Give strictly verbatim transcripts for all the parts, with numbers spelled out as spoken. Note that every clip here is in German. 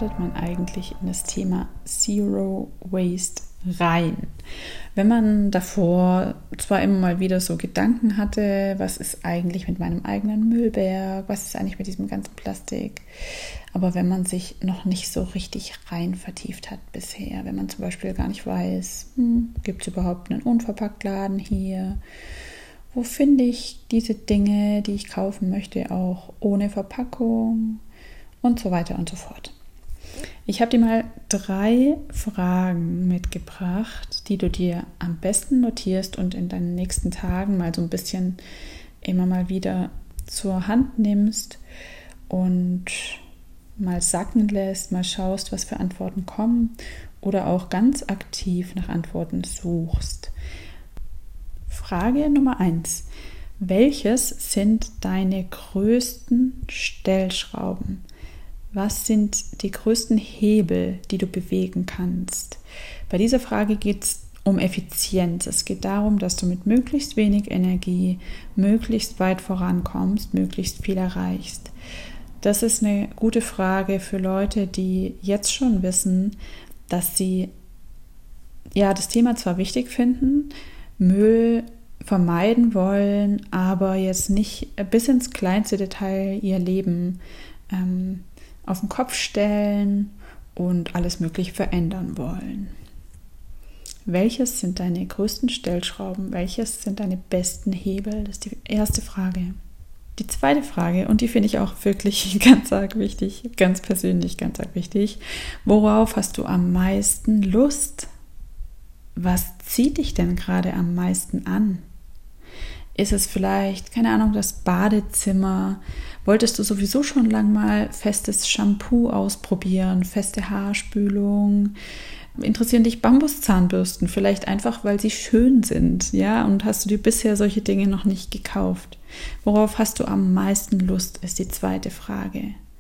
startet man eigentlich in das Thema Zero Waste rein? Wenn man davor zwar immer mal wieder so Gedanken hatte, was ist eigentlich mit meinem eigenen Müllberg, was ist eigentlich mit diesem ganzen Plastik, aber wenn man sich noch nicht so richtig rein vertieft hat bisher, wenn man zum Beispiel gar nicht weiß, hm, gibt es überhaupt einen Unverpacktladen hier, wo finde ich diese Dinge, die ich kaufen möchte, auch ohne Verpackung und so weiter und so fort. Ich habe dir mal drei Fragen mitgebracht, die du dir am besten notierst und in deinen nächsten Tagen mal so ein bisschen immer mal wieder zur Hand nimmst und mal sacken lässt, mal schaust, was für Antworten kommen oder auch ganz aktiv nach Antworten suchst. Frage Nummer eins. Welches sind deine größten Stellschrauben? Was sind die größten Hebel, die du bewegen kannst? Bei dieser Frage geht es um Effizienz. Es geht darum, dass du mit möglichst wenig Energie möglichst weit vorankommst, möglichst viel erreichst. Das ist eine gute Frage für Leute, die jetzt schon wissen, dass sie ja das Thema zwar wichtig finden, Müll vermeiden wollen, aber jetzt nicht bis ins kleinste Detail ihr Leben ähm, auf den Kopf stellen und alles Mögliche verändern wollen. Welches sind deine größten Stellschrauben? Welches sind deine besten Hebel? Das ist die erste Frage. Die zweite Frage, und die finde ich auch wirklich ganz arg wichtig, ganz persönlich ganz arg wichtig. Worauf hast du am meisten Lust? Was zieht dich denn gerade am meisten an? Ist es vielleicht, keine Ahnung, das Badezimmer? Wolltest du sowieso schon lang mal festes Shampoo ausprobieren, feste Haarspülung? Interessieren dich Bambuszahnbürsten? Vielleicht einfach, weil sie schön sind, ja? Und hast du dir bisher solche Dinge noch nicht gekauft? Worauf hast du am meisten Lust, ist die zweite Frage.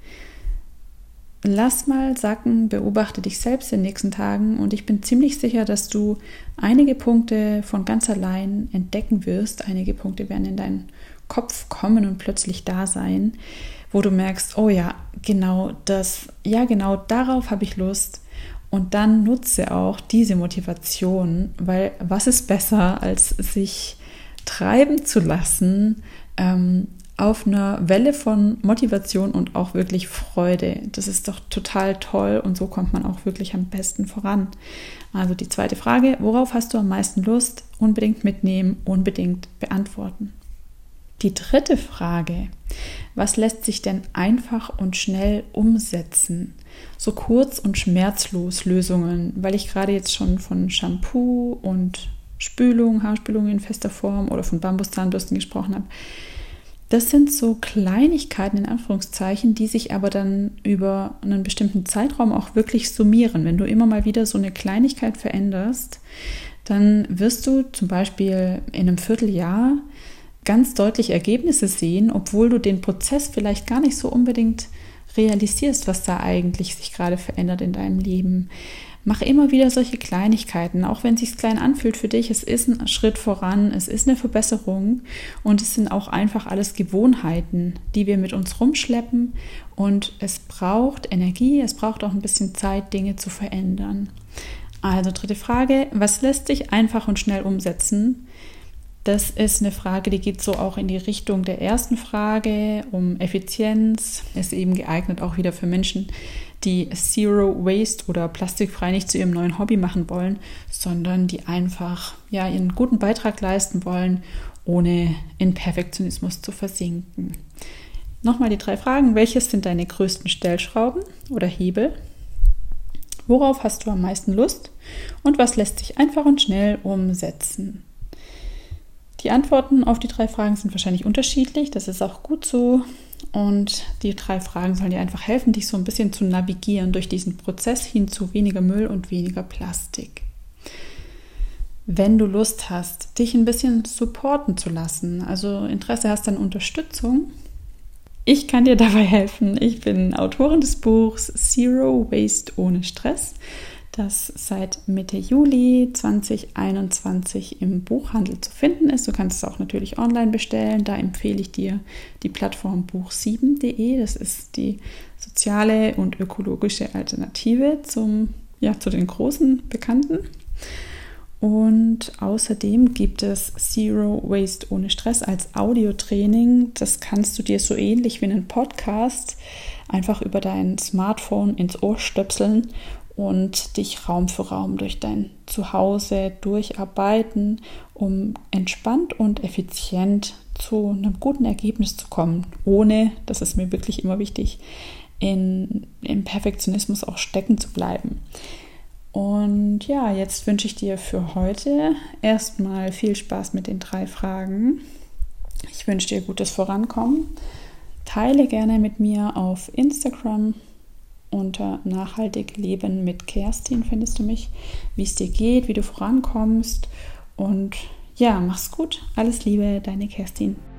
Lass mal sacken, beobachte dich selbst in den nächsten Tagen und ich bin ziemlich sicher, dass du einige Punkte von ganz allein entdecken wirst. Einige Punkte werden in deinen Kopf kommen und plötzlich da sein, wo du merkst, oh ja, genau das, ja genau darauf habe ich Lust. Und dann nutze auch diese Motivation, weil was ist besser, als sich treiben zu lassen, ähm, auf einer Welle von Motivation und auch wirklich Freude. Das ist doch total toll und so kommt man auch wirklich am besten voran. Also die zweite Frage, worauf hast du am meisten Lust? Unbedingt mitnehmen, unbedingt beantworten. Die dritte Frage, was lässt sich denn einfach und schnell umsetzen? So kurz und schmerzlos Lösungen, weil ich gerade jetzt schon von Shampoo und Spülung, Haarspülung in fester Form oder von Bambuszahnbürsten gesprochen habe. Das sind so Kleinigkeiten in Anführungszeichen, die sich aber dann über einen bestimmten Zeitraum auch wirklich summieren. Wenn du immer mal wieder so eine Kleinigkeit veränderst, dann wirst du zum Beispiel in einem Vierteljahr ganz deutlich Ergebnisse sehen, obwohl du den Prozess vielleicht gar nicht so unbedingt realisierst, was da eigentlich sich gerade verändert in deinem Leben. Mach immer wieder solche Kleinigkeiten, auch wenn es sich klein anfühlt für dich. Es ist ein Schritt voran, es ist eine Verbesserung und es sind auch einfach alles Gewohnheiten, die wir mit uns rumschleppen und es braucht Energie, es braucht auch ein bisschen Zeit, Dinge zu verändern. Also dritte Frage, was lässt sich einfach und schnell umsetzen? Das ist eine Frage, die geht so auch in die Richtung der ersten Frage um Effizienz. Ist eben geeignet auch wieder für Menschen, die Zero Waste oder plastikfrei nicht zu ihrem neuen Hobby machen wollen, sondern die einfach ja ihren guten Beitrag leisten wollen, ohne in Perfektionismus zu versinken. Nochmal die drei Fragen. Welches sind deine größten Stellschrauben oder Hebel? Worauf hast du am meisten Lust? Und was lässt sich einfach und schnell umsetzen? Die Antworten auf die drei Fragen sind wahrscheinlich unterschiedlich, das ist auch gut so und die drei Fragen sollen dir einfach helfen, dich so ein bisschen zu navigieren durch diesen Prozess hin zu weniger Müll und weniger Plastik. Wenn du Lust hast, dich ein bisschen supporten zu lassen, also Interesse hast an Unterstützung, ich kann dir dabei helfen. Ich bin Autorin des Buchs Zero Waste ohne Stress. das seit Mitte Juli zwanzig einundzwanzig im Buchhandel zu finden ist. Du kannst es auch natürlich online bestellen. Da empfehle ich dir die Plattform buch sieben punkt de. Das ist die soziale und ökologische Alternative zum, ja, zu den großen Bekannten. Und außerdem gibt es Zero Waste ohne Stress als Audiotraining. Das kannst du dir so ähnlich wie einen Podcast einfach über dein Smartphone ins Ohr stöpseln und dich Raum für Raum durch dein Zuhause durcharbeiten, um entspannt und effizient zu einem guten Ergebnis zu kommen, ohne, das ist mir wirklich immer wichtig, in, im Perfektionismus auch stecken zu bleiben. Und ja, jetzt wünsche ich dir für heute erstmal viel Spaß mit den drei Fragen. Ich wünsche dir gutes Vorankommen. Teile gerne mit mir auf Instagram unter Nachhaltig Leben mit Kerstin findest du mich, wie es dir geht, wie du vorankommst. Und ja, mach's gut. Alles Liebe, deine Kerstin.